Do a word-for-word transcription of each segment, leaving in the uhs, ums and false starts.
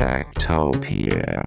Techtopia.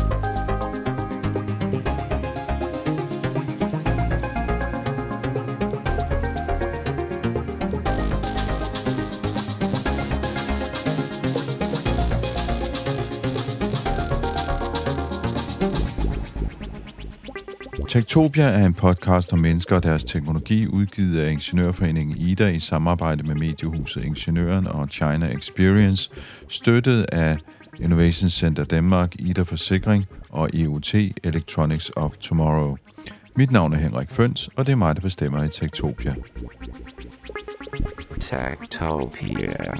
Techtopia er en podcast om mennesker og deres teknologi, udgivet af Ingeniørforeningen I D A i samarbejde med mediehuset Ingeniøren og China Experience, støttet af Innovation Center Danmark, I D A Forsikring og E O T Electronics of Tomorrow. Mit navn er Henrik Føns, og det er mig, der bestemmer i Techtopia. Techtopia.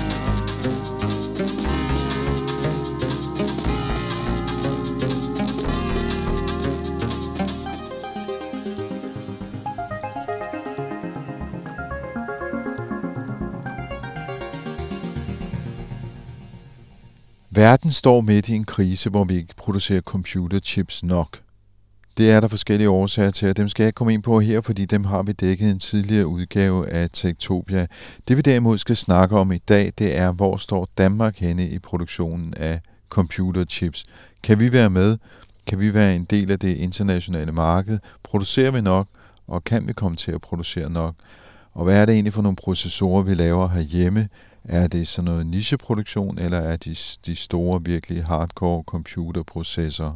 Verden står midt i en krise, hvor vi ikke producerer computerchips nok. Det er der forskellige årsager til, og dem skal jeg komme ind på her, fordi dem har vi dækket i en tidligere udgave af Techtopia. Det vi derimod skal snakke om i dag, det er, hvor står Danmark henne i produktionen af computerchips. Kan vi være med? Kan vi være en del af det internationale marked? Producerer vi nok? Og kan vi komme til at producere nok? Og hvad er det egentlig for nogle processorer, vi laver herhjemme? Er det sådan noget nicheproduktion, eller er de, de store, virkelig hardcore computerprocessorer?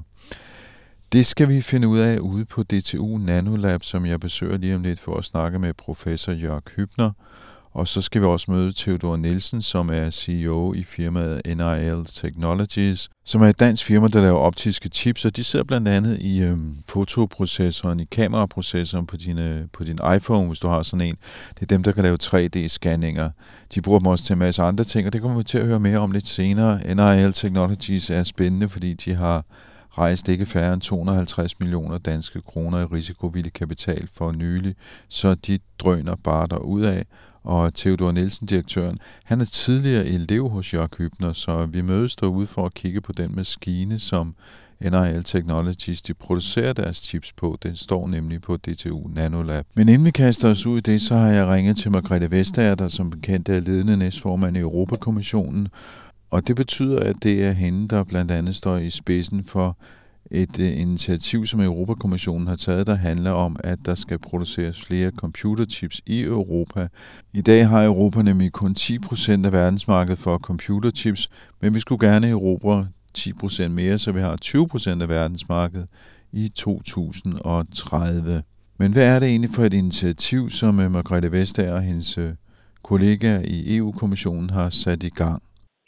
Det skal vi finde ud af ude på D T U Nanolab, som jeg besøger lige om lidt for at snakke med professor Jörg Hübner. Og så skal vi også møde Theodor Nielsen, som er C E O i firmaet N I L Technologies, som er et dansk firma, der laver optiske chips, og de sidder blandt andet i øhm, fotoprocessoren, i kameraprocessoren på, dine, på din iPhone, hvis du har sådan en. Det er dem, der kan lave tre D-scanninger. De bruger dem også til en masse andre ting, og det kommer vi til at høre mere om lidt senere. N I L Technologies er spændende, fordi de har rejst ikke færre end to hundrede og halvtreds millioner danske kroner i risikovillig kapital for nylig, så de drøner bare derudad. Og Theodor Nielsen, direktøren, han er tidligere elev hos Jörg Hübner, så vi mødes derude for at kigge på den maskine, som N I L Technologies de producerer deres chips på. Den står nemlig på D T U Nanolab. Men inden vi kaster os ud i det, så har jeg ringet til Margrethe Vestager, der som bekendt er ledende næstformand i Europakommissionen. Og det betyder, at det er hende, der blandt andet står i spidsen for et uh, initiativ, som Europakommissionen har taget, der handler om, at der skal produceres flere computerchips i Europa. I dag har Europa nemlig kun ti procent af verdensmarkedet for computerchips, men vi skulle gerne erobre ti procent mere, så vi har tyve procent af verdensmarkedet i to tusind og tredive. Men hvad er det egentlig for et initiativ, som uh, Margrethe Vestager og hendes uh, kollegaer i E U-kommissionen har sat i gang?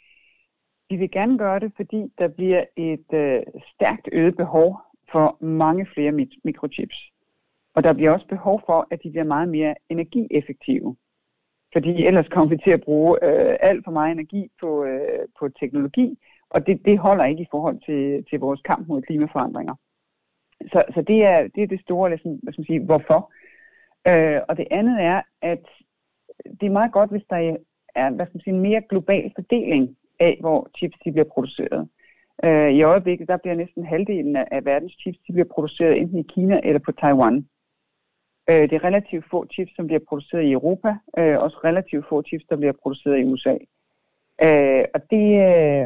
Vi vil gerne gøre det, fordi der bliver et øh, stærkt øget behov for mange flere mit- mikrochips. Og der bliver også behov for, at de bliver meget mere energieffektive. Fordi ellers kommer vi til at bruge øh, alt for meget energi på, øh, på teknologi, og det, det holder ikke i forhold til, til vores kamp mod klimaforandringer. Så, så det, er, det er det store, ligesom, hvad skal man sige, hvorfor. Øh, og det andet er, at det er meget godt, hvis der er hvad skal man sige, en mere global fordeling af, hvor chips de bliver produceret. Øh, I øjeblikket der bliver næsten halvdelen af, af verdens chips de bliver produceret enten i Kina eller på Taiwan. Øh, det er relativt få chips, som bliver produceret i Europa, øh, også relativt få chips, der bliver produceret i U S A. Øh, og det, øh,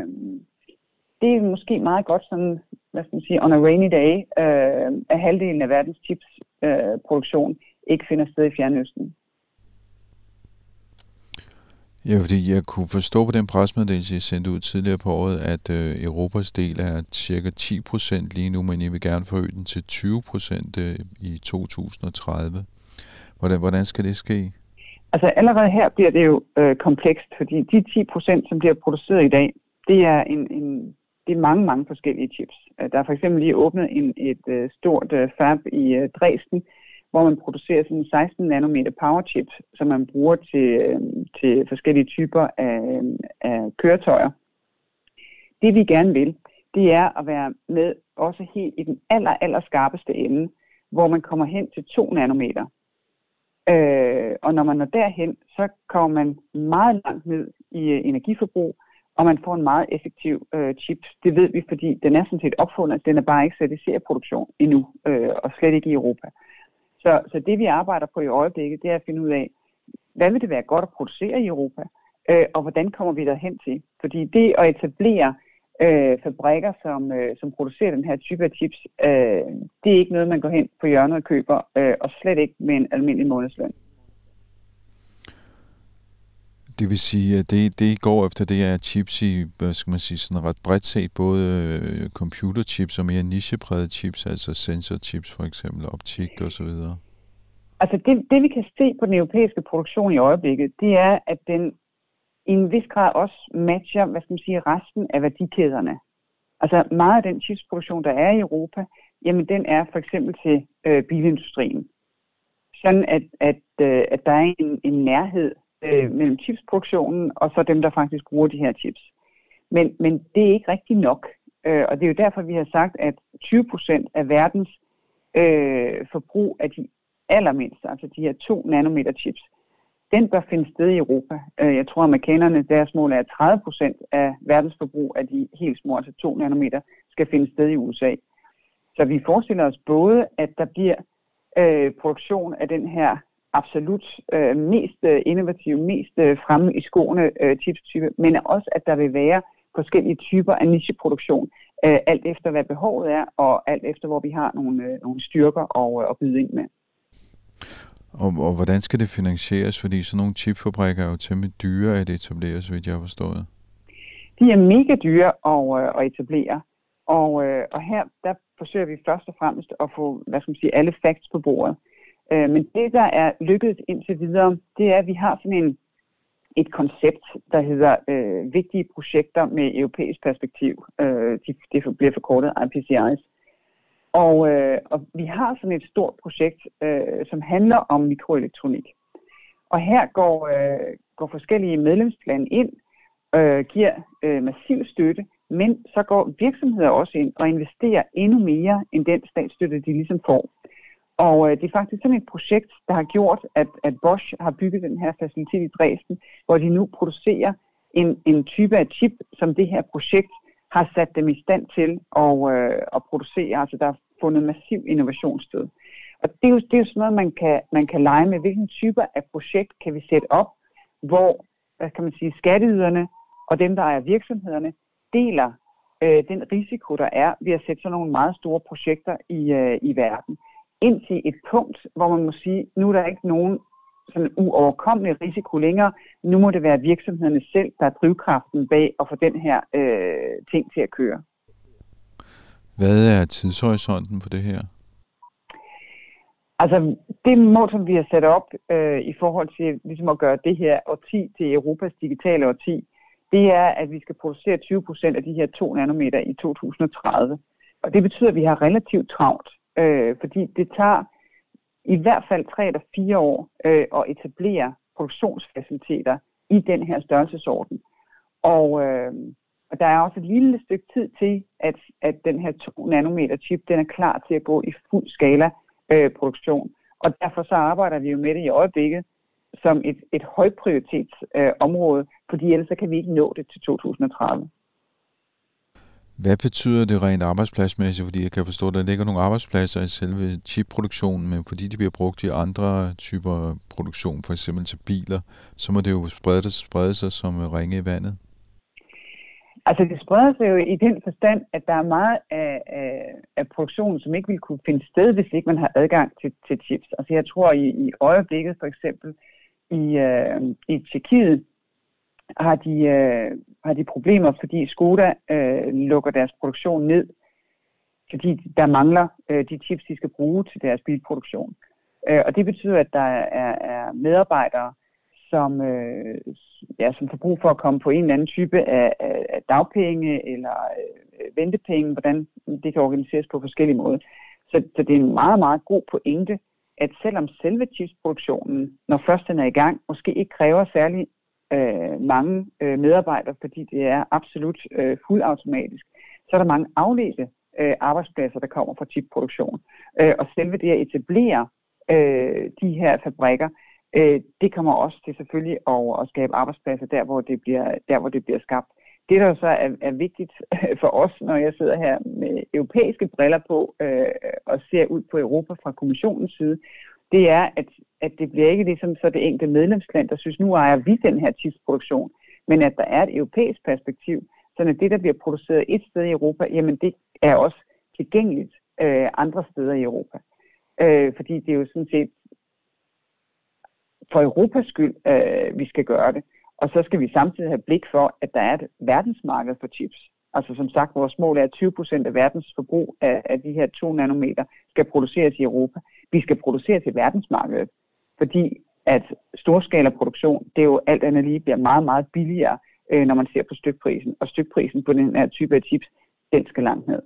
det er måske meget godt sådan, hvad skal man sige, on a rainy day, øh, at halvdelen af verdens chips øh, produktion ikke finder sted i Fjernøsten. Ja, fordi jeg kunne forstå på den pressemeddelelse, jeg sendte ud tidligere på året, at øh, Europas del er cirka ti procent lige nu, men I vil gerne forøge den til tyve procent øh, i to tusind og tredive. Hvordan, hvordan skal det ske? Altså allerede her bliver det jo øh, komplekst, fordi de ti procent, som bliver produceret i dag, det er, en, en, det er mange, mange forskellige chips. Der er for eksempel lige åbnet en, et øh, stort øh, fab i øh, Dresden, hvor man producerer sådan seksten nanometer power chip, som man bruger til, øh, til forskellige typer af, af køretøjer. Det vi gerne vil, det er at være med også helt i den aller, aller skarpeste ende, hvor man kommer hen til to nanometer. Øh, og når man når derhen, så kommer man meget langt ned i øh, energiforbrug, og man får en meget effektiv øh, chip. Det ved vi, fordi den er sådan set opfundet, den er bare ikke sat i serieproduktion endnu, øh, og slet ikke i Europa. Så, så det vi arbejder på i øjeblikket, det er at finde ud af, hvad vil det være godt at producere i Europa, øh, og hvordan kommer vi derhen til? Fordi det at etablere øh, fabrikker, som, øh, som producerer den her type af chips, øh, det er ikke noget, man går hen på hjørnet og køber, øh, og slet ikke med en almindelig månedsløn. Det vil sige, at det, det I går efter, det er chips i, hvad skal man sige, sådan ret bredt set, både øh, computerchips og mere nicheprægede chips, altså sensorchips for eksempel, optik og så videre. Altså det, det vi kan se på den europæiske produktion i øjeblikket, det er, at den i en vis grad også matcher, hvad skal man sige, resten af værdikæderne. Altså meget af den chipsproduktion, der er i Europa, jamen den er for eksempel til øh, bilindustrien. Sådan at, at, øh, at der er en, en nærhed øh, mellem chipsproduktionen og så dem, der faktisk bruger de her chips. Men, men det er ikke rigtig nok. Øh, og det er jo derfor, vi har sagt, at tyve procent af verdens øh, forbrug af de allermindste, altså de her to nanometer chips, den bør finde sted i Europa. Jeg tror, at amerikanerne, deres mål er, at tredive procent af verdens forbrug af de helt små, altså to nanometer, skal finde sted i U S A. Så vi forestiller os både, at der bliver øh, produktion af den her absolut øh, mest øh, innovative, mest øh, fremme i skoene øh, chipstype, men også, at der vil være forskellige typer af nicheproduktion, øh, alt efter hvad behovet er, og alt efter hvor vi har nogle, øh, nogle styrker at, at byde ind med. Og, og hvordan skal det finansieres? Fordi sådan nogle chipfabrikker er jo temmelig dyre at etablere, så vidt jeg har forstået. De er mega dyre at, at etablere, og, og her der forsøger vi først og fremmest at få, hvad skal man sige, alle facts på bordet. Men det, der er lykkedes indtil videre, det er, at vi har sådan en, et koncept, der hedder øh, vigtige projekter med europæisk perspektiv. Øh, de, det bliver forkortet I P C Is. Og, øh, og vi har sådan et stort projekt, øh, som handler om mikroelektronik. Og her går, øh, går forskellige medlemslande ind, øh, giver øh, massiv støtte, men så går virksomheder også ind og investerer endnu mere end den statsstøtte, de ligesom får. Og øh, det er faktisk sådan et projekt, der har gjort, at, at Bosch har bygget den her facilitet i Dresden, hvor de nu producerer en, en type af chip, som det her projekt har sat dem i stand til at, øh, at producere. Altså der er fundet massiv innovationssted. Og det er jo, det er jo sådan noget, man kan, man kan lege med. Hvilken typer af projekt kan vi sætte op, hvor, hvad kan man sige, skatteyderne og dem, der er virksomhederne, deler øh, den risiko, der er ved at sætte sådan nogle meget store projekter i, øh, i verden. Indtil et punkt, hvor man må sige, nu er der ikke nogen sådan uoverkommelig risiko længere. Nu må det være virksomhederne selv, der er drivkraften bag at få den her øh, ting til at køre. Hvad er tidshorisonten for det her? Altså det mål, som vi har sat op øh, i forhold til ligesom at gøre det her årti til Europas digitale årti, det er, at vi skal producere tyve procent af de her to nanometer i to tusind og tredive. Og det betyder, at vi har relativt travlt, øh, fordi det tager i hvert fald tre eller fire år øh, at etablere produktionsfaciliteter i den her størrelsesorden. Og, øh, og der er også et lille stykke tid til, at, at den her to nanometer chip, den er klar til at gå i fuld skala øh, produktion. Og derfor så arbejder vi jo med det i øjeblikket som et, et højprioritetsområde, øh, område, fordi ellers så kan vi ikke nå det til to tusind og tredive. Hvad betyder det rent arbejdspladsmæssigt? Fordi jeg kan forstå, at der ligger nogle arbejdspladser i selve chipproduktionen, men fordi de bliver brugt i andre typer produktion, for eksempel til biler, så må det jo sprede, sprede sig som ringe i vandet. Altså det spreder sig jo i den forstand, at der er meget af, af, af produktionen, som ikke ville kunne finde sted, hvis ikke man har adgang til, til chips. Altså jeg tror i, i øjeblikket for eksempel i, øh, i Tjekkiet, har de, øh, har de problemer, fordi Skoda øh, lukker deres produktion ned, fordi der mangler øh, de chips, de skal bruge til deres bilproduktion. Øh, og det betyder, at der er, er medarbejdere, som, øh, ja, som får brug for at komme på en eller anden type af, af, af dagpenge eller øh, ventepenge, hvordan det kan organiseres på forskellige måder. Så, så det er en meget, meget god pointe, at selvom selve chipsproduktionen, når først den er i gang, måske ikke kræver særlig Øh, mange øh, medarbejdere, fordi det er absolut øh, fuldautomatisk, så er der mange afledte øh, arbejdspladser, der kommer fra chipproduktion. Øh, og selve det at etablere øh, de her fabrikker, øh, det kommer også til selvfølgelig at, at skabe arbejdspladser der, hvor det bliver, der, hvor det bliver skabt. Det, der jo så er, er vigtigt for os, når jeg sidder her med europæiske briller på øh, og ser ud på Europa fra kommissionens side, det er, at, at det bliver ikke ligesom så det enkelte medlemsland, der synes, nu ejer vi den her chipsproduktion, men at der er et europæisk perspektiv, sådan at det, der bliver produceret et sted i Europa, jamen det er også tilgængeligt øh, andre steder i Europa. Øh, fordi det er jo sådan set for Europas skyld, øh, vi skal gøre det. Og så skal vi samtidig have blik for, at der er et verdensmarked for chips. Altså som sagt, vores mål er, at tyve procent af verdens forbrug af, af de her to nanometer skal produceres i Europa. Vi skal producere til verdensmarkedet, fordi at storskala-produktion, det er jo alt andet lige bliver meget, meget billigere, øh, når man ser på stykprisen. Og stykprisen på den her type af chips, den skal langt ned.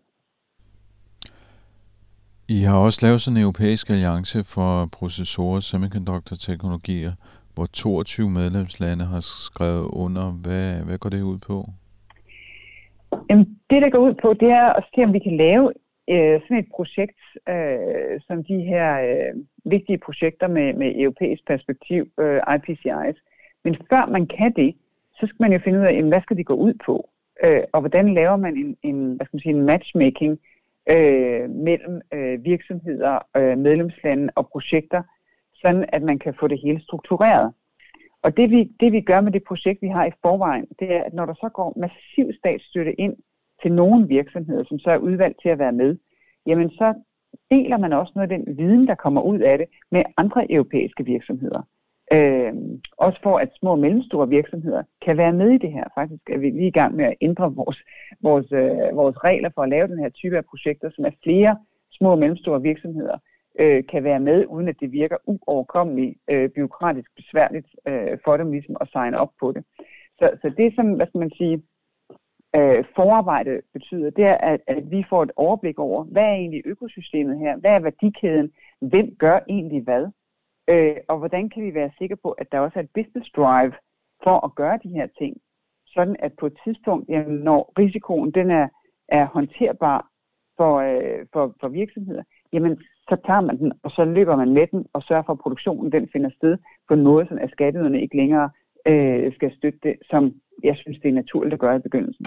I har også lavet sådan en europæisk alliance for processorer og semiconductor-teknologier, hvor toogtyve medlemslande har skrevet under. Hvad, hvad går det ud på? Jamen, det, der går ud på, det er at se, om vi kan lave øh, sådan et projekt, øh, som de her øh, vigtige projekter med, med europæisk perspektiv, øh, I P C Is. Men før man kan det, så skal man jo finde ud af, jamen, hvad skal de gå ud på? Øh, og hvordan laver man en, en, hvad skal man sige, en matchmaking øh, mellem øh, virksomheder, øh, medlemslande og projekter, sådan at man kan få det hele struktureret. Og det vi, det vi gør med det projekt, vi har i forvejen, det er, at når der så går massiv statsstøtte ind til nogle virksomheder, som så er udvalgt til at være med, jamen så deler man også noget af den viden, der kommer ud af det, med andre europæiske virksomheder. Øh, også for, at små og mellemstore virksomheder kan være med i det her. Faktisk er vi lige i gang med at ændre vores, vores, øh, vores regler for at lave den her type af projekter, som er flere små og mellemstore virksomheder øh, kan være med, uden at det virker uoverkommeligt, øh, byråkratisk besværligt øh, for dem ligesom at signe op på det. Så, så det som, hvad skal man sige, øh, forarbejde betyder, det er, at, at vi får et overblik over, hvad er egentlig økosystemet her, hvad er værdikæden, hvem gør egentlig hvad, øh, og hvordan kan vi være sikre på, at der også er et business drive for at gøre de her ting, sådan at på et tidspunkt, jamen, når risikoen den er, er håndterbar for, øh, for, for virksomheder, jamen så tager man den, og så løber man med den, og sørger for, at produktionen den finder sted på en måde, sådan at skatteyderne ikke længere øh, skal støtte det, som jeg synes, det er naturligt at gøre i begyndelsen.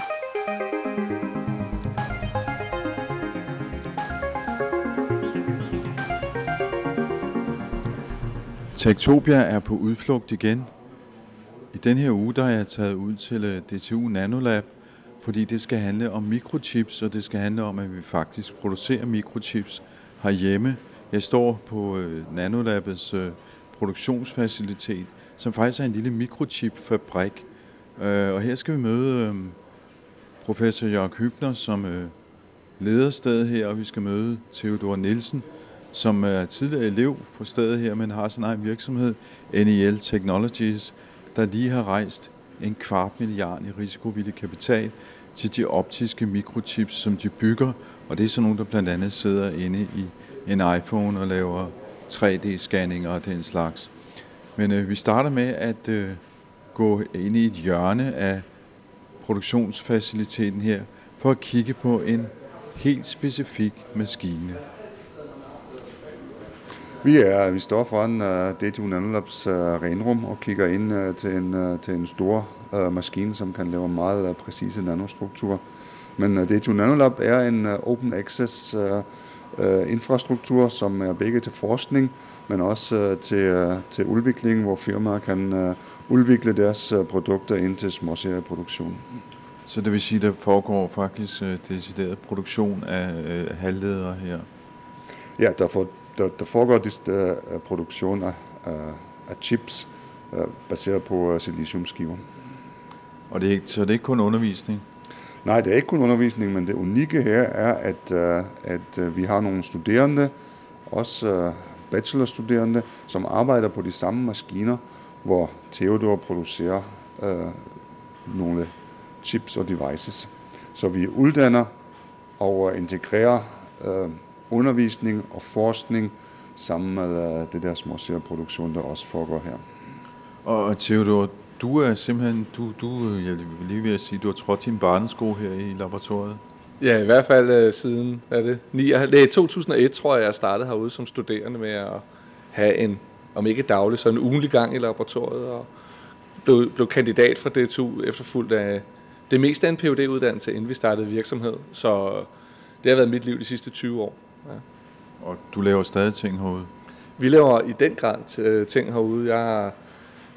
Techtopia er på udflugt igen. I den her uge, der er jeg taget ud til D T U Nanolab, fordi det skal handle om mikrochips, og det skal handle om, at vi faktisk producerer mikrochips herhjemme. Jeg står på øh, Nanolabets øh, produktionsfacilitet, som faktisk er en lille mikrochipfabrik. Øh, og her skal vi møde øh, professor Jörg Hübner, som øh, leder stedet her, og vi skal møde Theodor Nielsen, som er tidligere elev for stedet her, men har sin egen virksomhed, N I L Technologies, der lige har rejst en kvart milliard i risikovillig kapital til de optiske mikrochips, som de bygger. Og det er sådan nogle, der blandt andet sidder inde i en iPhone og laver tre D-scanninger og den slags. Men øh, vi starter med at øh, gå ind i et hjørne af produktionsfaciliteten her, for at kigge på en helt specifik maskine. Vi er vi står foran uh, D T U Nanolabs uh, renrum og kigger ind uh, til, en, uh, til en stor uh, maskine, som kan lave meget uh, præcise nanostrukturer. Men uh, D T U Nanolab er en uh, open access uh, uh, infrastruktur, som er begge til forskning, men også uh, til, uh, til udvikling, hvor firmaer kan uh, udvikle deres uh, produkter ind til småserieproduktion. Så det vil sige, at der foregår faktisk uh, decideret produktion af uh, halvledere her? Ja, der får Der, der foregår det, uh, produktion af, uh, af chips uh, baseret på uh, siliciumskiver. Og det er ikke, så det er ikke kun undervisning? Nej, det er ikke kun undervisning, men det unikke her er, at, uh, at uh, vi har nogle studerende, også uh, bachelorstuderende, som arbejder på de samme maskiner, hvor Theodor producerer uh, nogle chips og devices. Så vi uddanner og integrerer uh, undervisning og forskning sammen med det der småserieproduktion, der også foregår her. Og Theodor, du er simpelthen, du, du jeg vil lige ved at sige, du har trådt din barnesko her i laboratoriet. Ja, i hvert fald uh, siden, hvad er det, ni, nej, to tusind og et tror jeg, jeg startede herude som studerende med at have en, om ikke daglig, så en ugenlig gang i laboratoriet, og blev, blev kandidat fra D T U efterfulgt af det meste af en P H D-uddannelse, inden vi startede virksomhed. Så det har været mit liv de sidste tyve år. Ja. Og du laver stadig ting herude? Vi laver i den grad ting herude. Jeg har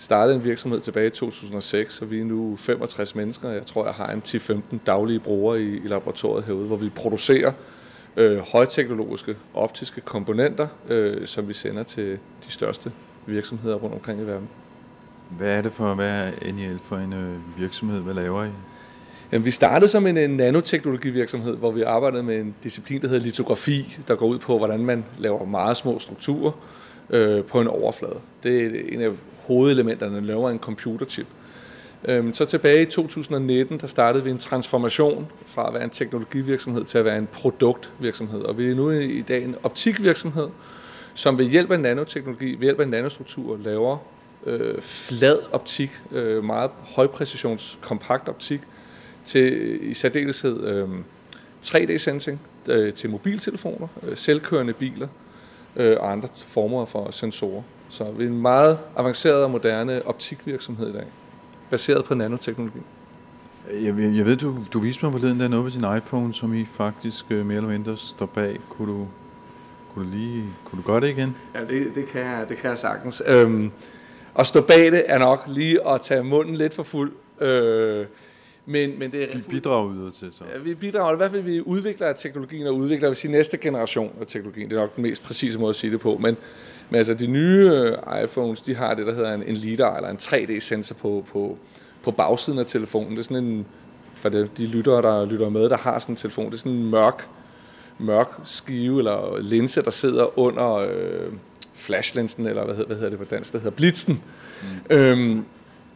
startede en virksomhed tilbage i to tusind og seks, så vi er nu femogtres mennesker. Jeg tror, jeg har en ti til femten daglige brugere i, i laboratoriet herude, hvor vi producerer øh, højteknologiske optiske komponenter, øh, som vi sender til de største virksomheder rundt omkring i verden. Hvad er det for, hvad er N I L for en øh, virksomhed? Hvad laver I? Jamen, vi startede som en, en nanoteknologivirksomhed, hvor vi arbejdede med en disciplin, der hedder litografi, der går ud på, hvordan man laver meget små strukturer øh, på en overflade. Det er en af hovedelementerne, der laver en computerchip. Øhm, så tilbage i to tusind og nitten, der startede vi en transformation fra at være en teknologivirksomhed til at være en produktvirksomhed. Og vi er nu i, i dag en optikvirksomhed, som ved hjælp af nanoteknologi, ved hjælp af nanostrukturer, laver øh, flad optik, øh, meget højpræcisions kompakt optik, til i særdeleshed øh, tre D-sensing øh, til mobiltelefoner, øh, selvkørende biler øh, og andre former for sensorer. Så vi er en meget avanceret og moderne optikvirksomhed i dag, baseret på nanoteknologi. Jeg, jeg ved, du, du viste mig forleden der noget ved din iPhone, som I faktisk øh, mere eller mindre står bag. Kunne du, kunne du lige kunne du gøre det igen? Ja, det, det, kan, jeg, det kan jeg sagtens. Øhm, at stå bag det er nok lige at tage munden lidt for fuld. Øh, Men, men det er vi bidrager ud til så. Ja, vi bidrager i hvert fald, vi udvikler af teknologien og udvikler, vil sige, næste generation af teknologien. Det er nok den mest præcise måde at sige det på. Men, men altså de nye øh, iPhones, de har det, der hedder en, en lidar eller en tre D-sensor på, på, på bagsiden af telefonen. Det er sådan en, for det, de lyttere, der lytter med, der har sådan en telefon, det er sådan en mørk, mørk skive eller linse, der sidder under øh, flashlinsen, eller hvad hedder, hvad hedder det på dansk, det hedder blitzen. Mm. Øhm,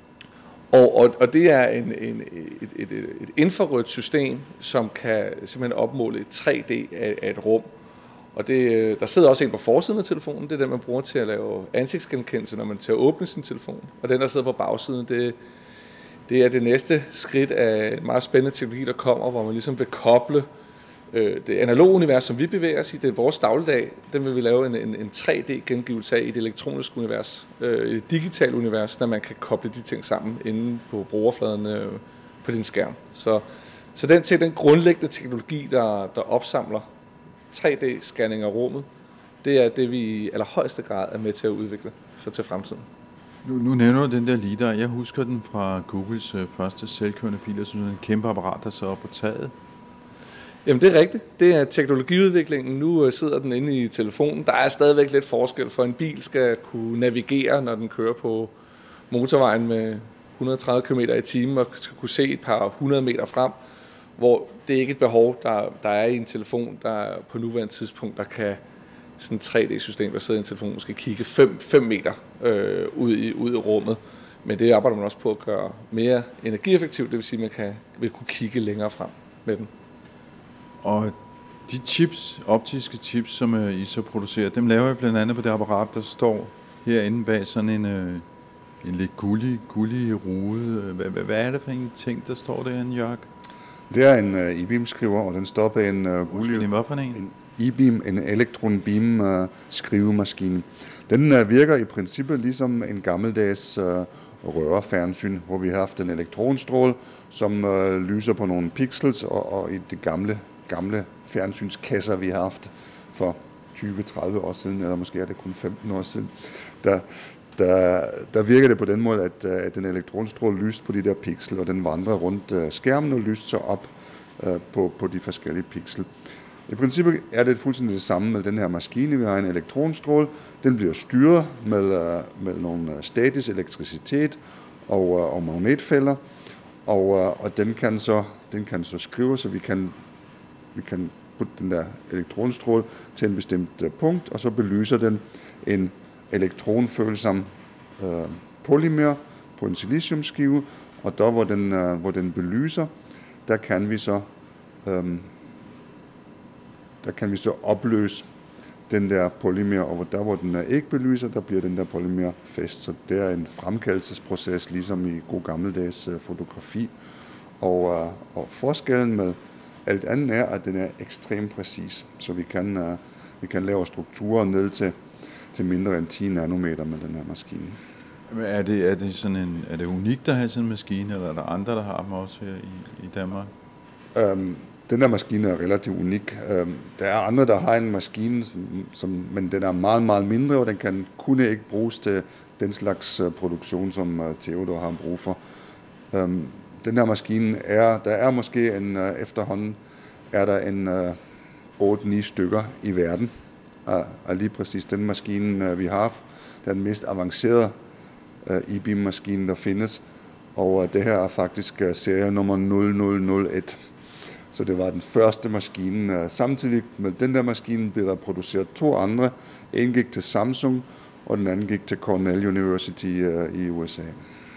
Og, og, og det er en, en, et, et, et infrarødt system, som kan simpelthen opmåle et tre D af, af et rum. Og det, der sidder også en på forsiden af telefonen, det er den, man bruger til at lave ansigtsgenkendelse, når man til at åbne sin telefon. Og den, der sidder på bagsiden, det, det er det næste skridt af en meget spændende teknologi, der kommer, hvor man ligesom vil koble øh, det analoge univers, som vi bevæger os i, det er vores dagligdag, den vil vi lave en, en, en tre D-gengivelse af i det elektroniske univers, øh, et digitalt univers, når man kan koble de ting sammen inde på brugerfladen øh, på din skærm. Så, så den, den grundlæggende teknologi, der, der opsamler tre D-scanning af rummet, det er det, vi i allerhøjeste grad er med til at udvikle for til fremtiden. Nu, nu nævner du den der lidar. Jeg husker den fra Googles øh, første selvkørende bil. Jeg synes, det er en kæmpe apparat, der så er på taget. Jamen det er rigtigt. Det er teknologiudviklingen. Nu sidder den inde i telefonen. Der er stadigvæk lidt forskel, for en bil skal kunne navigere, når den kører på motorvejen med et hundrede og tredive kilometer i timen og skal kunne se et par hundrede meter frem, hvor det er ikke et behov, der, der er i en telefon, der på nuværende tidspunkt, der kan sådan et tre D-system, der sidder i en telefon, måske kigge fem meter øh, ud, i, ud i rummet. Men det arbejder man også på at gøre mere energieffektivt, det vil sige, at man kan, vil kunne kigge længere frem med den. Og de chips, optiske chips, som uh, I så producerer, dem laver jeg blandt andet på det apparat, der står herinde bag sådan en, uh, en lidt gullig, gullig rude. Hvad, hvad, hvad er det for en ting, der står derinde, Jørg? Det er en uh, e-beam-skriver, og den står bag en uh, gullig... Hvad for en? En e-beam, en elektron beam uh, skrivemaskine. Den uh, virker i princippet ligesom en gammeldags uh, rørfjernsyn, hvor vi har haft en elektronstråle, som uh, lyser på nogle pixels, og, og i det gamle gamle fjernsynskasser, vi har haft for tyve til tredive år siden, eller måske er det kun femten år siden, der, der, der virker det på den måde, at, at den elektronstråle lyste på de der pixel, og den vandrer rundt skærmen og lyste så op uh, på, på de forskellige pixel. I princippet er det fuldstændig det samme med den her maskine. Vi har en elektronstråle, den bliver styret med, uh, med nogle statisk elektricitet og, uh, og magnetfælder, og, uh, og den, kan så, den kan så skrive, så vi kan Vi kan putte den der elektronstråle til en bestemt punkt, og så belyser den en elektronfølsom øh, polymer på en siliciumskive, og der hvor den, øh, hvor den belyser, der kan vi så øh, der kan vi så opløse den der polymer, og der hvor den ikke belyser, der bliver den der polymer fast. Så det er en fremkaldelsesproces, ligesom i god gammeldags øh, fotografi. Og, øh, og forskellen med alt andet er, at den er ekstremt præcis, så vi kan, uh, vi kan lave strukturer ned til, til mindre end ti nanometer med den her maskine. Er det, er det, sådan en, er det unikt at have sådan en maskine, eller er der andre, der har dem også her i, i Danmark? Um, den her maskine er relativt unik. Um, der er andre, der har en maskine, som, som, men den er meget, meget mindre, og den kan kunne ikke bruges til, den slags uh, produktion, som uh, Theodor har brug for. Um, den her maskine er, der er måske en, uh, efterhånden, er der en uh, otte ni stykker i verden. Og, og lige præcis den maskine, uh, vi har, det er den mest avancerede uh, e-beam-maskine, der findes. Og uh, det her er faktisk uh, serie nummer nul nul nul et. Så det var den første maskine. Uh, samtidig med den der maskine blev der produceret to andre. En gik til Samsung, og den anden gik til Cornell University uh, i U S A.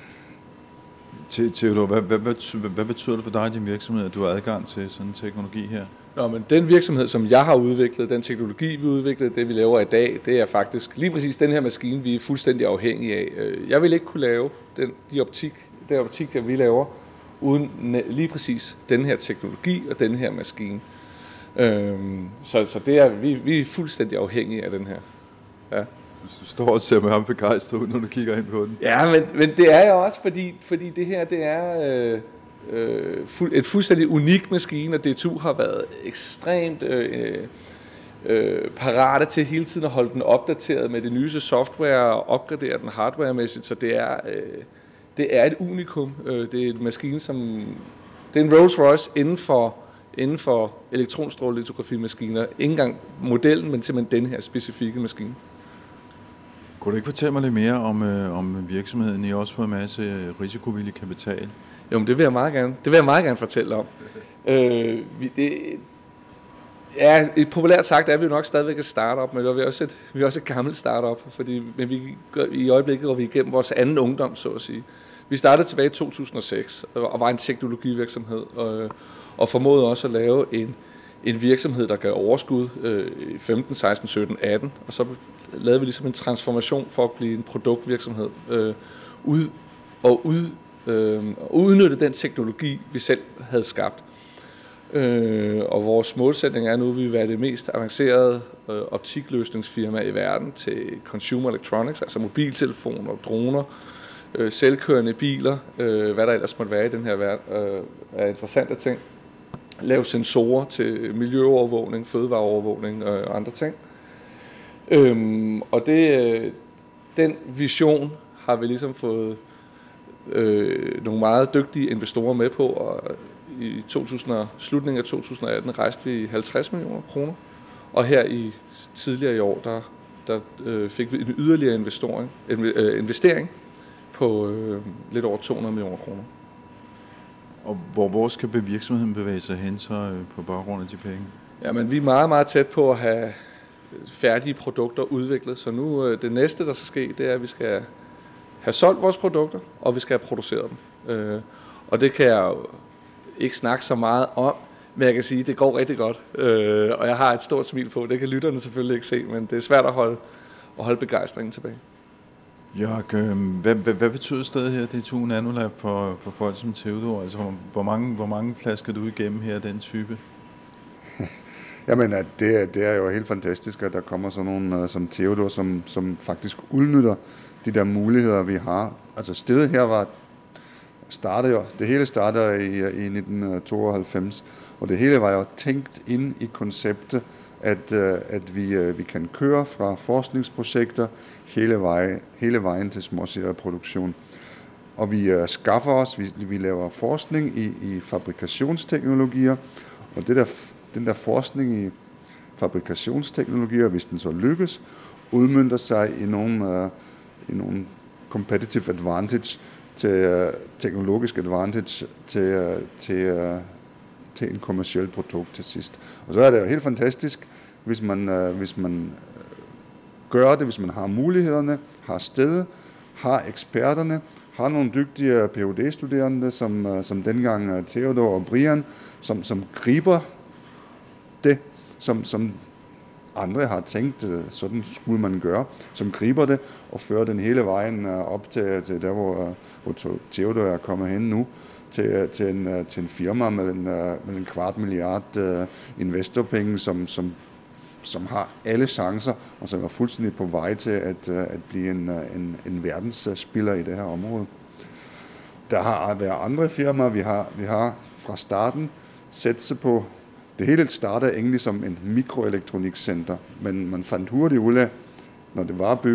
Theodor, hvad, hvad, hvad, hvad betyder det for dig i din virksomhed, at du har adgang til sådan en teknologi her? Nå, men den virksomhed, som jeg har udviklet, den teknologi, vi udviklede, det vi laver i dag, det er faktisk lige præcis den her maskine, vi er fuldstændig afhængige af. Jeg vil ikke kunne lave den, de optik, den optik, vi laver, uden lige præcis den her teknologi og den her maskine. Øhm, så, så det er, vi, vi er fuldstændig afhængige af den her. Ja. Du står og ser mig ham begejstret ud, når du kigger ind på den. Ja, men, men det er jo også, fordi, fordi det her, det er øh, øh, fuld, et fuldstændig unik maskine, og D to har været ekstremt øh, øh, parate til hele tiden at holde den opdateret med det nyeste software og opgradere den hardwaremæssigt, så det er, øh, det er et unikum. Det er en maskine, som det er en Rolls Royce inden for, inden for elektronstrålelitografimaskiner. Ikke engang modellen, men simpelthen den her specifikke maskine. Kunne du ikke fortælle mig lidt mere om, øh, om virksomheden? I har også fået en masse risikovillig kapital. Jo, men det vil jeg meget gerne, det vil jeg meget gerne fortælle om. øh, vi, det, ja, et populært sagt er vi jo nok stadigvæk et startup, men vi er også et, vi er også et gammelt startup, fordi men vi, i øjeblikket går vi igennem vores anden ungdom, så at sige. Vi startede tilbage i to tusind og seks og var en teknologivirksomhed, og, og formåede også at lave en, en virksomhed, der gav overskud øh, i femten, seksten, sytten, atten, og så lavede vi ligesom en transformation for at blive en produktvirksomhed, øh, ud, og ud, øh, udnytte den teknologi, vi selv havde skabt. Øh, og vores målsætning er nu, at vi vil være det mest avancerede øh, optikløsningsfirma i verden til consumer electronics, altså mobiltelefoner, droner, øh, selvkørende biler, øh, hvad der ellers måtte være i den her verden, øh, er interessante ting. Lave sensorer til miljøovervågning, fødevareovervågning øh, og andre ting. Øhm, og det, den vision har vi ligesom fået øh, nogle meget dygtige investorer med på, og i to tusind, slutningen af to tusind og atten rejste vi halvtreds millioner kroner, og her i tidligere i år, der, der øh, fik vi en yderligere investering, øh, investering på øh, lidt over to hundrede millioner kroner. Og hvor, hvor skal virksomheden bevæge sig hen så øh, på baggrund af de penge? Jamen, vi er meget, meget tæt på at have færdige produkter udviklet, så nu øh, det næste, der skal ske, det er, at vi skal have solgt vores produkter, og vi skal have produceret dem. Øh, og det kan jeg jo ikke snakke så meget om, men jeg kan sige, at det går rigtig godt, øh, og jeg har et stort smil på. Det kan lytterne selvfølgelig ikke se, men det er svært at holde, at holde begejstringen tilbage. Jørg, øh, hvad, hvad, hvad betyder stedet her, D to Nanolab, for, for folk som Theodor? Altså, hvor mange, hvor mange flasker du igennem her, den type? Jamen, det er, det er jo helt fantastisk, at der kommer sådan nogen uh, som Theodor, som, som faktisk udnytter de der muligheder, vi har. Altså, stedet her var startede jo, det hele startede i, i nitten tooghalvfems, og det hele var jo tænkt ind i konceptet, at, uh, at vi, uh, vi kan køre fra forskningsprojekter hele, vej, hele vejen til småserieproduktion. Og vi uh, skaffer os, vi, vi laver forskning i, i fabrikationsteknologier, og det der Den der forskning i fabrikationsteknologier, hvis den så lykkes, udmønter sig i nogle, uh, i nogle competitive advantage, til uh, teknologisk advantage til, uh, til, uh, til en kommerciel produkt til sidst. Og så er det jo helt fantastisk, hvis man, uh, hvis man gør det, hvis man har mulighederne, har stedet, har eksperterne, har nogle dygtige P H D-studerende, som, uh, som dengang uh, Theodor og Brian, som, som griber det, som, som andre har tænkt, sådan skulle man gøre, som griber det og fører den hele vejen op til, til der, hvor, hvor Theodor er kommet hen nu, til, til, en, til en firma med en, med en kvart milliard uh, investorpenge, som, som, som har alle chancer, og som er fuldstændig på vej til at, at blive en, en, en verdensspiller i det her område. Der har været andre firmaer, vi har, vi har fra starten sat sig på. Det hele startede egentlig som en mikroelektronikcenter, men man fandt hurtigt ud af, når det var bygget,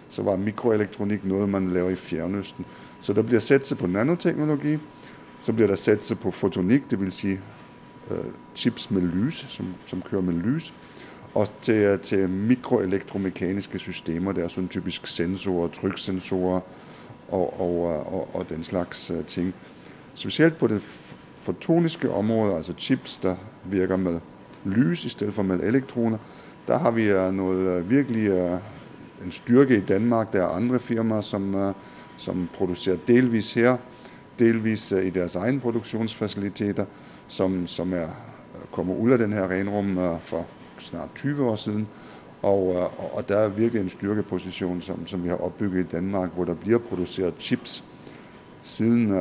så var mikroelektronik noget, man laver i Fjernøsten. Så der bliver satset på nanoteknologi, så bliver der satset på fotonik, det vil sige øh, chips med lys, som, som kører med lys, og til, til mikroelektromekaniske systemer, der er sådan typisk sensorer, tryksensorer og, og, og, og den slags ting. Specielt på det fotoniske område, altså chips, der virker med lys i stedet for med elektroner, der har vi noget virkelig en styrke i Danmark. Der er andre firmaer, som, som producerer delvis her, delvis i deres egen produktionsfaciliteter, som, som er kommet ud af den her renrum for snart tyve år siden. Og, og der er virkelig en styrkeposition, som, som vi har opbygget i Danmark, hvor der bliver produceret chips siden,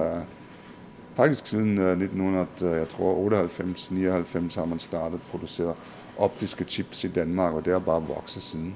faktisk siden nitten otteoghalvfems nioghalvfems har man startet produceret optiske chips i Danmark, og det er bare vokset siden.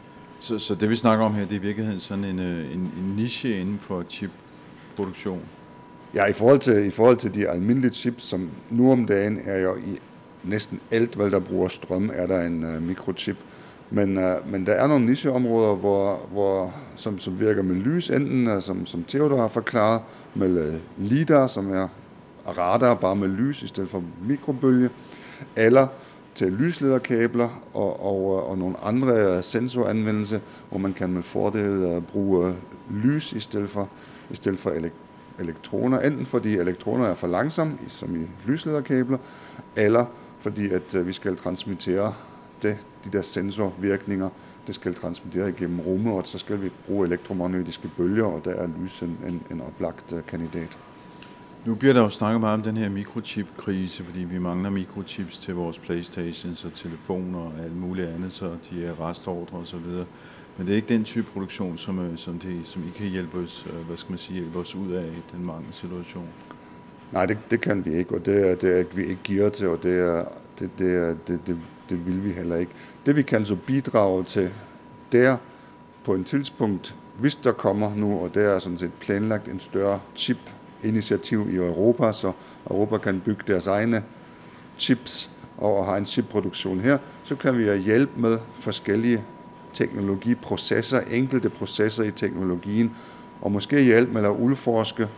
Så, så det vi snakker om her, det er i virkeligheden sådan en, en, en niche inden for chipproduktion? Ja, i forhold til, i forhold til de almindelige chips, som nu om dagen er jo i næsten alt, hvad der bruger strøm, er der en uh, mikrochip. Men, uh, men der er nogle nicheområder, hvor, hvor, som, som virker med lys, enten uh, som, som Theodor har forklaret, med uh, lidar, som er radar, bare med lys i stedet for mikrobølge, eller til lyslederkabler og, og, og nogle andre sensoranvendelser, hvor man kan med fordel uh, bruge uh, lys i stedet for, i stedet for elek- elektroner, enten fordi elektroner er for langsomme, som i lyslederkabler, eller fordi at uh, vi skal transmittere det, de der sensorvirkninger, det skal transmittere igennem rummet, og så skal vi bruge elektromagnetiske bølger, og der er lys en, en, en oplagt uh, kandidat. Nu bliver der jo snakket meget om den her mikrochip-krise, fordi vi mangler mikrochips til vores Playstations og telefoner og alt muligt andet, så de er restordre og så videre. Men det er ikke den type produktion, som, som, de, som I kan hjælpe os, hvad skal man sige, hjælpe os ud af den mangelsituation. Nej, det, det kan vi ikke, og det er, det er vi ikke gearet til, og det, er, det, det, er, det, det, det vil vi heller ikke. Det vi kan så bidrage til, der på en tidspunkt, hvis der kommer nu, og det er sådan set planlagt en større chip initiativ i Europa, så Europa kan bygge deres egne chips og have en chipproduktion her, så kan vi hjælpe med forskellige teknologiprocesser, enkelte processer i teknologien, og måske hjælpe med at udforske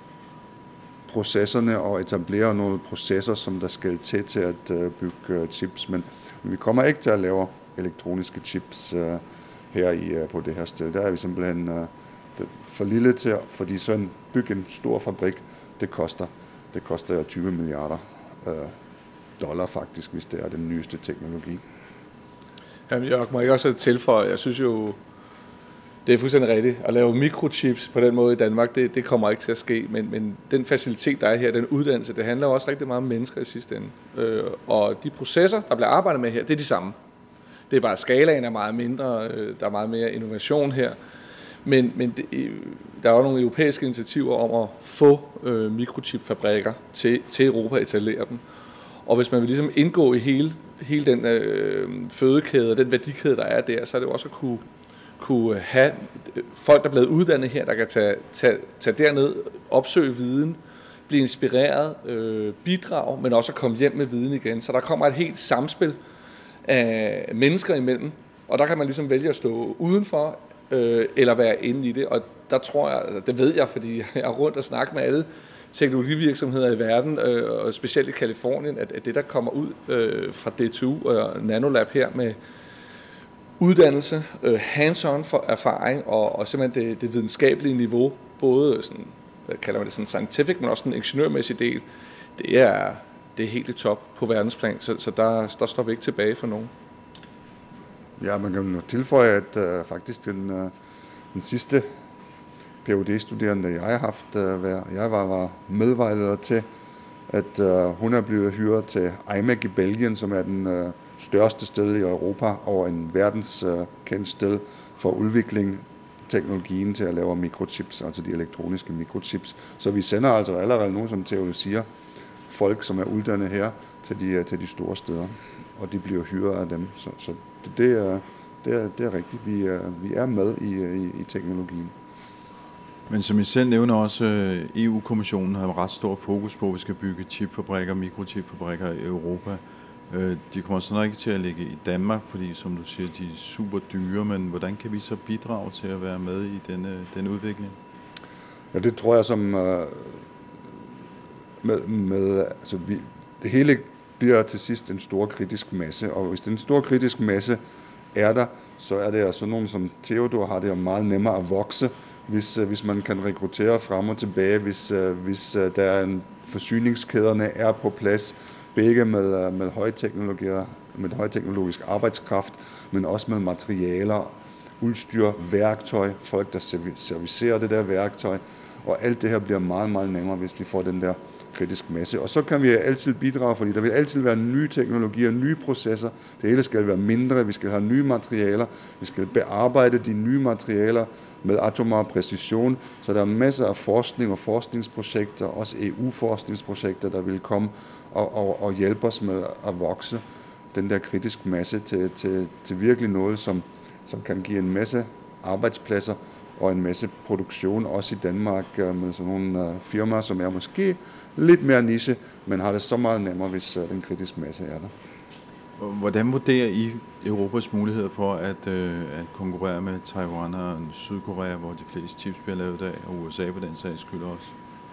processerne og etablere nogle processer, som der skal til til at bygge chips. Men vi kommer ikke til at lave elektroniske chips her i, på det her sted. Der er vi simpelthen for lille til, fordi sådan bygge en stor fabrik, det koster, det koster tyve milliarder øh, dollar faktisk, hvis det er den nyeste teknologi. Jamen, jeg må ikke også tilføje, jeg synes jo, det er fuldstændig rigtigt. At lave mikrochips på den måde i Danmark, det, det kommer ikke til at ske, men, men den facilitet, der er her, den uddannelse, det handler jo også rigtig meget om mennesker i sidste ende. Øh, og de processer, der bliver arbejdet med her, det er de samme. Det er bare, skalaen er meget mindre, øh, der er meget mere innovation her. Men, men det, der er jo nogle europæiske initiativer om at få øh, mikrochipfabrikker til, til Europa og etablere dem. Og hvis man vil ligesom indgå i hele, hele den øh, fødekæde og den værdikæde, der er der, så er det jo også at kunne, kunne have folk, der er blevet uddannet her, der kan tage, tage, tage derned, opsøge viden, blive inspireret, øh, bidrage, men også at komme hjem med viden igen. Så der kommer et helt samspil af mennesker imellem, og der kan man ligesom vælge at stå udenfor, eller være inde i det, og der tror jeg, det ved jeg, fordi jeg er rundt og snakker med alle teknologivirksomheder i verden, og specielt i Kalifornien, at det, der kommer ud fra D T U og Nanolab her med uddannelse, hands-on erfaring, og, og simpelthen det, det videnskabelige niveau, både sådan, hvad kalder man det, sådan scientific, men også den ingeniørmæssige del, det er, det er helt i top på verdensplan, så, så der, der står vi ikke tilbage for nogen. Ja, man kan jo tilføje, at uh, faktisk den, uh, den sidste P H D-studerende, jeg har haft, uh, jeg var, var medvejleder til, at uh, hun er blevet hyret til I M E C i Belgien, som er den uh, største sted i Europa, og en verdenskendt uh, sted for udvikling teknologien til at lave mikrochips, altså de elektroniske mikrochips. Så vi sender altså allerede nu, som Theodor siger, folk, som er uddannet her, til de, til de store steder, og de bliver hyret af dem. Så, så det, det, er, det, er, det er rigtigt. Vi er, vi er med i, i, i teknologien. Men som I selv nævner også, E U-kommissionen har ret stor fokus på, at vi skal bygge chipfabrikker, mikrochipfabrikker i Europa. Øh, de kommer så nok ikke til at ligge i Danmark, fordi som du siger, de er super dyre, men hvordan kan vi så bidrage til at være med i denne, denne udvikling? Ja, det tror jeg som øh, med, med altså vi, det hele bliver til sidst en stor kritisk masse, og hvis den store kritisk masse er der, så er det altså nogen som Theodor har det jo meget nemmere at vokse, hvis, hvis man kan rekruttere frem og tilbage, hvis, hvis der er en, forsyningskæderne er på plads, begge med, med, højteknologier, med højteknologisk arbejdskraft, men også med materialer, udstyr, værktøj, folk der servicerer det der værktøj, og alt det her bliver meget, meget nemmere, hvis vi får den der kritisk masse. Og så kan vi altid bidrage, fordi der vil altid være nye teknologier, nye processer. Det hele skal være mindre, vi skal have nye materialer, vi skal bearbejde de nye materialer med atomar præcision, så der er masser af forskning og forskningsprojekter, også E U-forskningsprojekter, der vil komme og, og, og hjælpe os med at vokse den der kritisk masse til, til, til virkelig noget, som, som kan give en masse arbejdspladser og en masse produktion, også i Danmark med sådan nogle firmaer, som er måske lidt mere niche, men har det så meget nemmere, hvis den kritiske masse er der. Hvordan vurderer I Europas muligheder for at, øh, at konkurrere med Taiwan og Sydkorea, hvor de fleste chips bliver lavet af, og U S A på den sags skyld også?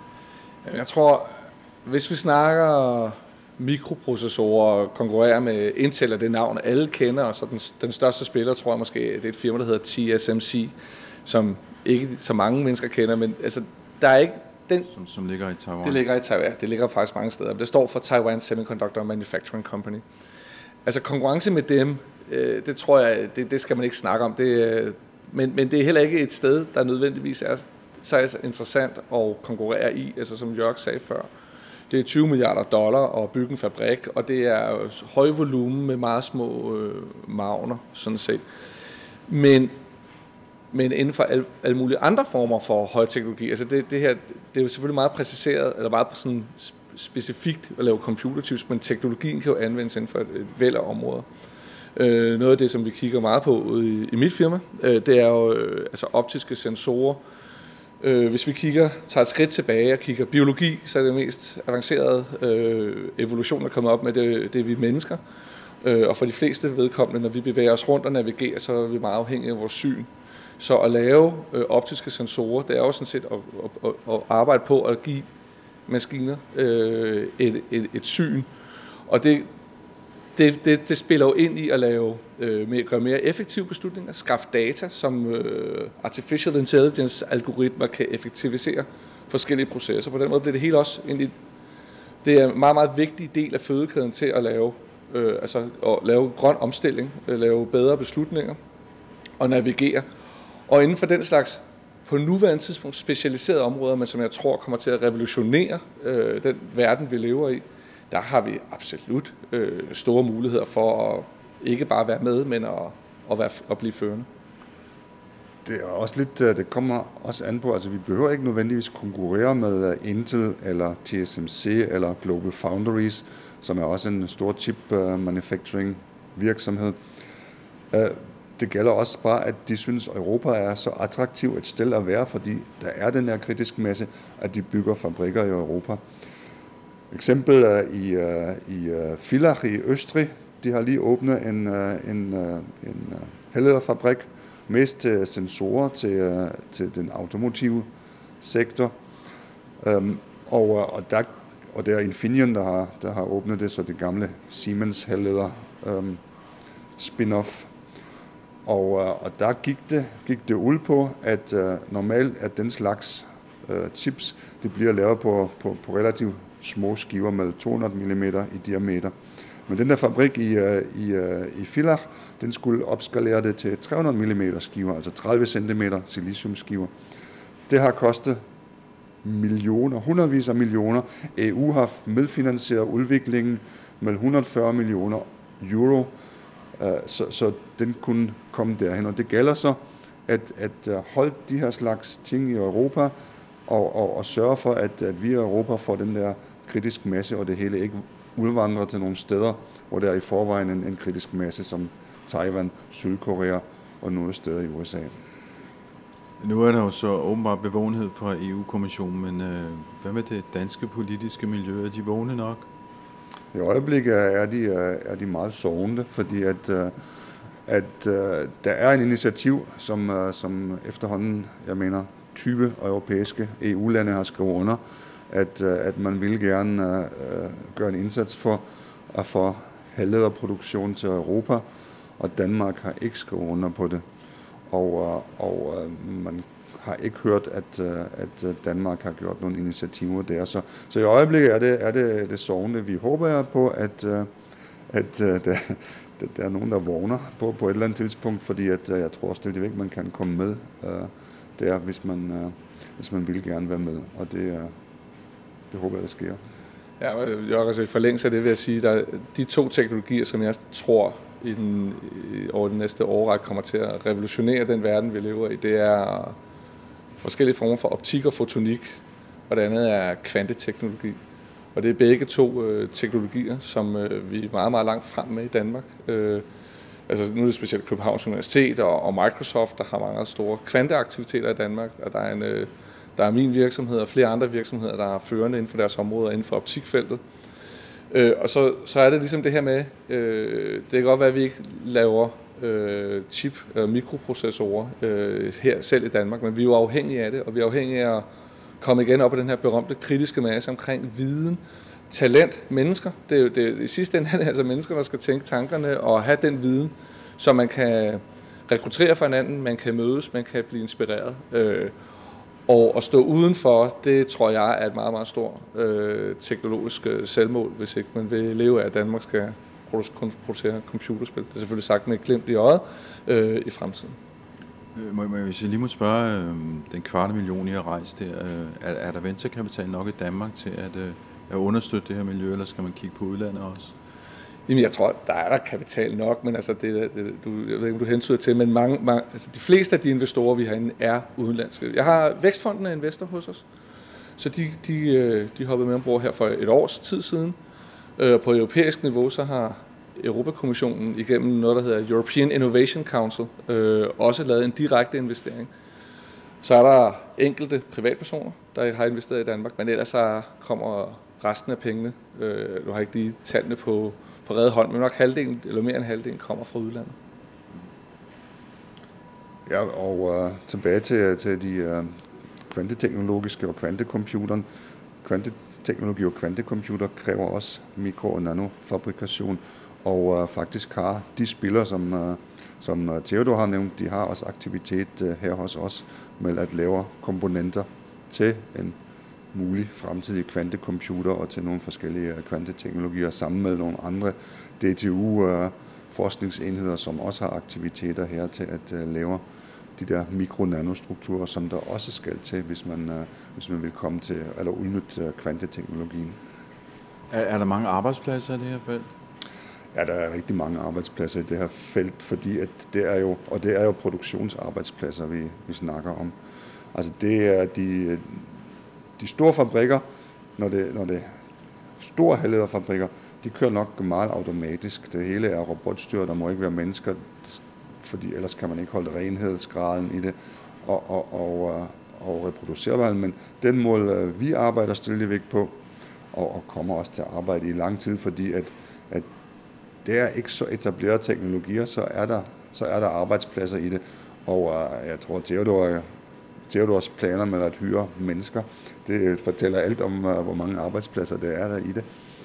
Jeg tror, hvis vi snakker mikroprocessorer og konkurrerer med Intel og det navn, alle kender, og så den, den største spiller, tror jeg måske, det er et firma, der hedder T S M C, som ikke så mange mennesker kender, men altså, der er ikke den... Som, som ligger i Taiwan. Det ligger i Taiwan. Det ligger faktisk mange steder. Det står for Taiwan Semiconductor Manufacturing Company. Altså konkurrence med dem, øh, det tror jeg, det, det skal man ikke snakke om. Det, øh, men, men det er heller ikke et sted, der nødvendigvis er så interessant at konkurrere i, altså som Jörg sagde før. Det er tyve milliarder dollar at bygge en fabrik, og det er høj volumen med meget små øh, marginer, sådan set. Men, men inden for alle, alle mulige andre former for højteknologi, altså det, det her, det er jo selvfølgelig meget præciseret, eller meget sådan specifikt at lave computerchips, men teknologien kan jo anvendes inden for et, et væld af områder. Øh, noget af det, som vi kigger meget på i, i mit firma, øh, det er jo øh, altså optiske sensorer. Øh, hvis vi kigger, tager et skridt tilbage og kigger biologi, så er det mest avancerede øh, evolution, der er kommet op med, det, det er vi mennesker. Øh, og for de fleste vedkommende, når vi bevæger os rundt og navigerer, så er vi meget afhængige af vores syn. Så at lave øh, optiske sensorer, det er jo sådan set at, at, at, at arbejde på at give maskiner øh, et, et, et syn. Og det, det, det, det spiller jo ind i at lave øh, mere, gøre mere effektive beslutninger, skaffe data, som øh, artificial intelligence algoritmer kan effektivisere forskellige processer. På den måde bliver det hele også egentlig, det er en meget, meget vigtig del af fødekæden til at lave, øh, altså at lave grøn omstilling, at lave bedre beslutninger og navigere. Og inden for den slags på nuværende tidspunkt specialiserede områder, men som jeg tror kommer til at revolutionere øh, den verden, vi lever i, der har vi absolut øh, store muligheder for at ikke bare være med, men at, at, være, at blive førende. Det er også lidt, det kommer også an på, altså vi behøver ikke nødvendigvis konkurrere med Intel eller T S M C eller Global Foundries, som er også en stor chip manufacturing virksomhed. Det gælder også bare, at de synes, at Europa er så attraktivt et sted at være, fordi der er den her kritiske masse, at de bygger fabrikker i Europa. Eksempel i, i Villach i Østrig, de har lige åbnet en, en, en halvlederfabrik, mest til sensorer til, til den automotive sektor. Um, og, og, der, og der er Infineon, der har, der har åbnet det, så det gamle Siemens halvleder um, spin-off. Og, og der gik det, gik det ud på, at uh, normalt at den slags uh, chips, det bliver lavet på, på, på relativt små skiver med to hundrede millimeter i diameter. Men den der fabrik i, uh, i, uh, i Villach, den skulle opskalere det til tre hundrede millimeter skiver, altså tredive centimeter siliciumskiver. Det har kostet millioner, hundredvis af millioner. E U har medfinansieret udviklingen med et hundrede og fyrre millioner euro, så, så den kunne komme derhen. Og det gælder så at, at holde de her slags ting i Europa, og, og, og sørge for, at, at vi i Europa får den der kritisk masse, og det hele ikke udvandrer til nogle steder, hvor der er i forvejen en, en kritisk masse, som Taiwan, Sydkorea og nogle steder i U S A. Nu er der jo så åbenbart bevågenhed fra E U-kommissionen, men øh, hvad med det danske politiske miljø? Er de vågne nok? I øjeblikket er de, er de meget sovende, fordi at, at der er en initiativ, som, som efterhånden, jeg mener, tyve europæiske E U-lande har skrevet under, at, at man vil gerne uh, gøre en indsats for at få halvlederproduktion til Europa, og Danmark har ikke skrevet under på det. Og, og man har ikke hørt, at, at Danmark har gjort nogle initiativer der. Så, så i øjeblikket er det, er det, det sovende. Vi håber på, at, at der, der er nogen, der vågner på, på et eller andet tidspunkt, fordi at, jeg tror stadigvæk, man kan komme med uh, der, hvis man, uh, hvis man vil gerne være med. Og det, uh, det håber jeg, der sker. Ja, Jørgen, altså i forlængelse af det vil jeg sige, at de to teknologier, som jeg tror i den, i, over den næste årrække kommer til at revolutionere den verden, vi lever i, det er forskellige former for optik og fotonik, og det andet er kvanteteknologi. Og det er begge to øh, teknologier, som øh, vi er meget, meget langt frem med i Danmark. Øh, altså nu er det specielt Københavns Universitet og, og Microsoft, der har mange store kvanteaktiviteter i Danmark, og der er en øh, Der er min virksomhed og flere andre virksomheder, der er førende inden for deres områder, inden for optikfeltet. Øh, og så, så er det ligesom det her med, øh, det kan godt være, at vi ikke laver øh, chip- og mikroprocessorer øh, her selv i Danmark, men vi er jo afhængige af det, og vi er afhængige af at komme igen op på den her berømte kritiske masse omkring viden, talent, mennesker. Det er jo det, i sidste ende er det altså mennesker, der skal tænke tankerne og have den viden, så man kan rekruttere for hinanden, man kan mødes, man kan blive inspireret. Øh, Og at stå udenfor, det tror jeg er et meget, meget stort øh, teknologisk selvmål, hvis ikke man vil leve af, at Danmark skal producere computerspil. Det er selvfølgelig sagt med et glimt i øjet øh, i fremtiden. Må, må, hvis jeg lige må spørge, øh, den kvarte million, I har rejst der, øh, er, er der venturekapital nok i Danmark til at, øh, at understøtte det her miljø, eller skal man kigge på udlandet også? Jamen, jeg tror, der er der kapital nok, men altså, det, det, du, jeg ved ikke, om du hentyder til, men mange, mange, altså, de fleste af de investorer, vi har inde, er udenlandske. Jeg har Vækstfonden er investor hos os, så de, de, de hoppede med ombord her for et års tid siden. På europæisk niveau, så har Europakommissionen igennem noget, der hedder European Innovation Council, også lavet en direkte investering. Så er der enkelte privatpersoner, der har investeret i Danmark, men ellers så kommer resten af pengene, du har ikke lige tallene på på rede hånd, men nok halvdelen, eller mere end halvdelen, kommer fra udlandet. Ja, og uh, tilbage til, til de uh, kvanteteknologiske og kvantecomputeren. Kvanteteknologi og kvantecomputer kræver også mikro- og nanofabrikation, og uh, faktisk har de spillere, som, uh, som uh, Theodor har nævnt, de har også aktivitet uh, her hos os med at lave komponenter til en mulig fremtidige kvantecomputer og til nogle forskellige kvanteteknologier sammen med nogle andre D T U-forskningsenheder, som også har aktiviteter her til at lave de der mikro-nanostrukturer, som der også skal til, hvis man, hvis man vil komme til eller udnytte kvanteteknologien. Er, er der mange arbejdspladser i det her felt? Ja, der er rigtig mange arbejdspladser i det her felt, fordi at det er jo, og det er jo produktionsarbejdspladser, vi, vi snakker om. Altså det er de De store fabrikker, når det, når det er store halvlederfabrikker, de kører nok meget automatisk. Det hele er robotstyret, der må ikke være mennesker, fordi ellers kan man ikke holde renhedsgraden i det og, og, og, og reproducerbarheden. Men den mål, vi arbejder stadigvæk på, og, og kommer også til at arbejde i lang tid, fordi at, at det er ikke så etablerede teknologier, så er der, så er der arbejdspladser i det. Og uh, jeg tror, Theodor Theodors planer med at hyre mennesker, det fortæller alt om, hvor mange arbejdspladser det er der i det.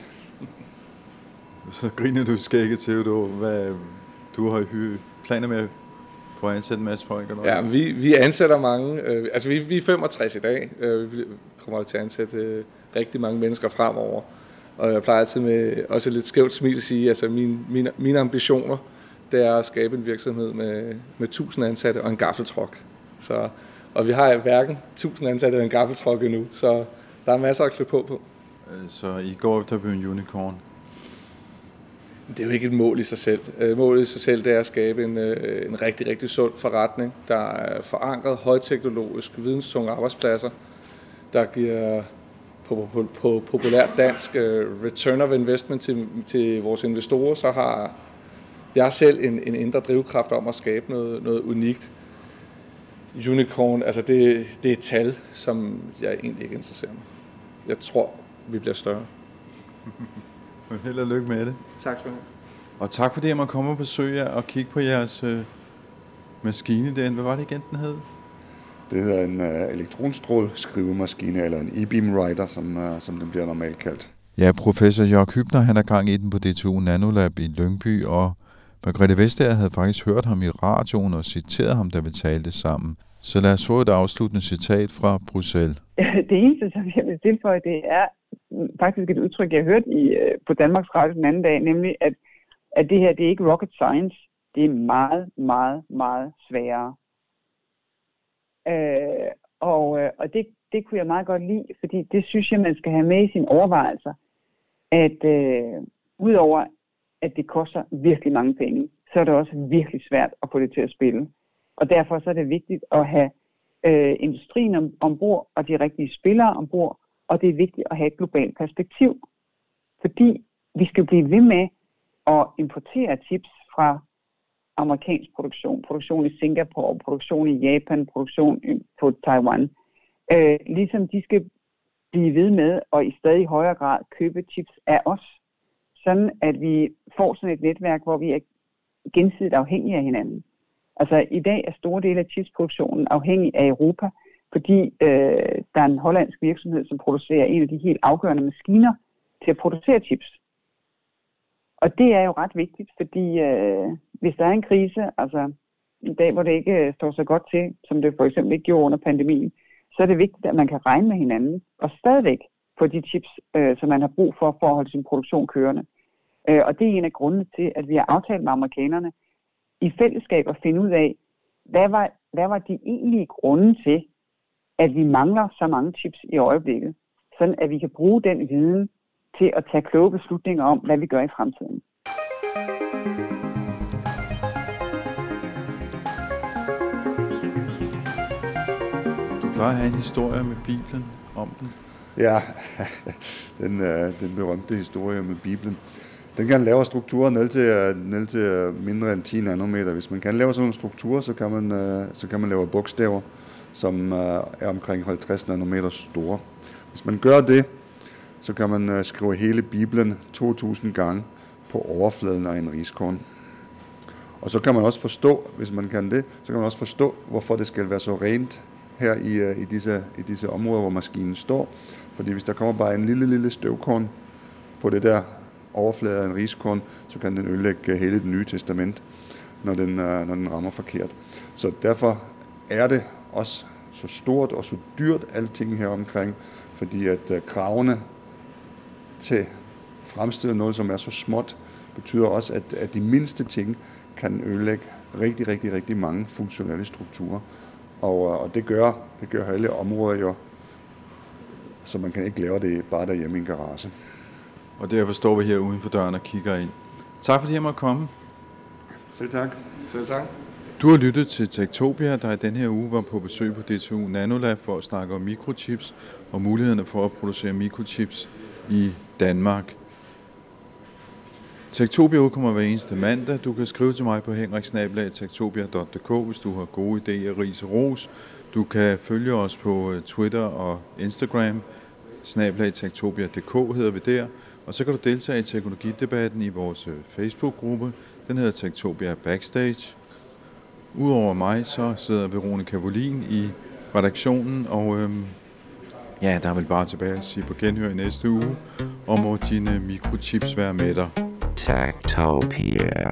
Så griner du skægget, Theodor. Hvad, du har hyre, planer med at få ansætte en masse folk? Eller ja, vi, vi ansætter mange. Øh, altså, vi, vi er femogtres i dag. Øh, vi kommer til at ansætte øh, rigtig mange mennesker fremover. Og jeg plejer altid med også lidt skævt smil at sige, altså min, mine, mine ambitioner, det er at skabe en virksomhed med, med tusind ansatte og en gaffeltruck. Så Og vi har hverken tusind ansatte eller en gaffeltruck endnu, så der er masser at klø på på. Så I går efter at blive en unicorn? Det er jo ikke et mål i sig selv. Målet i sig selv, det er at skabe en, en rigtig, rigtig sund forretning, der er forankret højteknologisk, videnstunge arbejdspladser, der giver på, på, på populært dansk return of investment til, til vores investorer. Så har jeg selv en, en indre drivkraft om at skabe noget, noget unikt. Unicorn, altså det, det er et tal, som jeg egentlig ikke interesserer mig. Jeg tror, vi bliver større. Held og lykke med det. Tak skal du have. Og tak fordi jeg må komme og besøge jer og kigge på jeres øh, maskine derinde. Hvad var det igen, den hed? Det hedder en uh, elektronstrål-skrivemaskine, eller en e-beam writer, som, uh, som den bliver normalt kaldt. Ja, professor Jörg Hübner, han er gang i den på D T U Nanolab i Lyngby, og Margrethe Vestager havde faktisk hørt ham i radioen og citeret ham, da vi talte sammen. Så lad os få et afsluttende citat fra Bruxelles. Det eneste, som jeg vil tilføje, det er faktisk et udtryk, jeg hørte i, på Danmarks Radio den anden dag, nemlig at, at det her, det er ikke rocket science. Det er meget, meget, meget sværere. Øh, og og det, det kunne jeg meget godt lide, fordi det synes jeg, man skal have med i sine overvejelser, at øh, udover at det koster virkelig mange penge, så er det også virkelig svært at få det til at spille. Og derfor så er det vigtigt at have øh, industrien om, ombord og de rigtige spillere ombord, og det er vigtigt at have et globalt perspektiv. Fordi vi skal blive ved med at importere chips fra amerikansk produktion, produktion i Singapore, produktion i Japan, produktion på Taiwan. Øh, ligesom de skal blive ved med og i stadig højere grad købe chips af os, sådan at vi får sådan et netværk, hvor vi er gensidigt afhængige af hinanden. Altså i dag er store dele af chipsproduktionen afhængig af Europa, fordi øh, der er en hollandsk virksomhed, som producerer en af de helt afgørende maskiner til at producere chips. Og det er jo ret vigtigt, fordi øh, hvis der er en krise, altså en dag, hvor det ikke øh, står så godt til, som det for eksempel ikke gjorde under pandemien, så er det vigtigt, at man kan regne med hinanden og stadigvæk få de chips, øh, som man har brug for, for at holde sin produktion kørende. Øh, og det er en af grundene til, at vi har aftalt med amerikanerne i fællesskab at finde ud af, hvad var, hvad var de egentlige grunde til, at vi mangler så mange chips i øjeblikket, sådan at vi kan bruge den viden til at tage kloge beslutninger om, hvad vi gør i fremtiden. Du plejer at have en historie med Bibelen om den. Ja, den, den berømte historie med Bibelen. Den kan lave strukturer ned til, ned til mindre end ti nanometer. Hvis man kan lave sådan nogle strukturer, så kan man, så kan man lave bogstaver, som er omkring halvtreds nanometer store. Hvis man gør det, så kan man skrive hele Bibelen to tusind gange på overfladen af en riskorn. Og så kan man også forstå, hvis man kan det, så kan man også forstå, hvorfor det skal være så rent her i, i, disse, i disse områder, hvor maskinen står. Fordi hvis der kommer bare en lille, lille støvkorn på det der overflade af en riskorn, så kan den ødelægge hele det nye testament, når den, når den rammer forkert. Så derfor er det også så stort og så dyrt, alting her omkring, fordi at kravene til fremstille noget, som er så småt, betyder også, at, at de mindste ting kan ødelægge rigtig, rigtig, rigtig mange funktionelle strukturer. Og, og det gør, det gør alle områder jo, så man kan ikke lave det bare derhjemme i en garage. Og derfor står vi her uden for døren og kigger ind. Tak fordi jeg måtte komme. Selv tak. Selv tak. Du har lyttet til Techtopia, der i den her uge var på besøg på D T U Nanolab for at snakke om mikrochips og mulighederne for at producere mikrochips i Danmark. Techtopia udkommer hver eneste mandag. Du kan skrive til mig på henrik snabel-a techtopia punktum d k, hvis du har gode idéer, ris og ros. Du kan følge os på Twitter og Instagram. snabel-a techtopia punktum d k hedder vi der. Og så kan du deltage i teknologidebatten i vores Facebook-gruppe. Den hedder Techtopia Backstage. Udover mig, så sidder Veronica Volin i redaktionen, og øhm, ja, der er vel bare tilbage at sige på genhør i næste uge, og må dine mikrochips være med dig. Techtopia.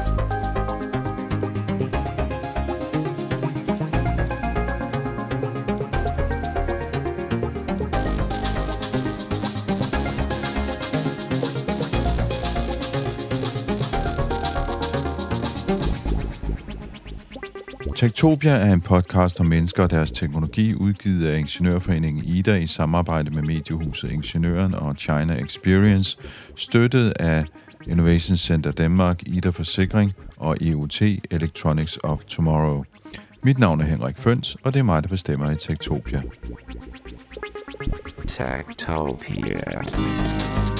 Techtopia er en podcast om mennesker og deres teknologi, udgivet af Ingeniørforeningen I D A i samarbejde med mediehuset Ingeniøren og China Experience, støttet af Innovation Center Danmark, I D A Forsikring og E U T Electronics of Tomorrow. Mit navn er Henrik Føns, og det er mig, der bestemmer i Techtopia. Techtopia.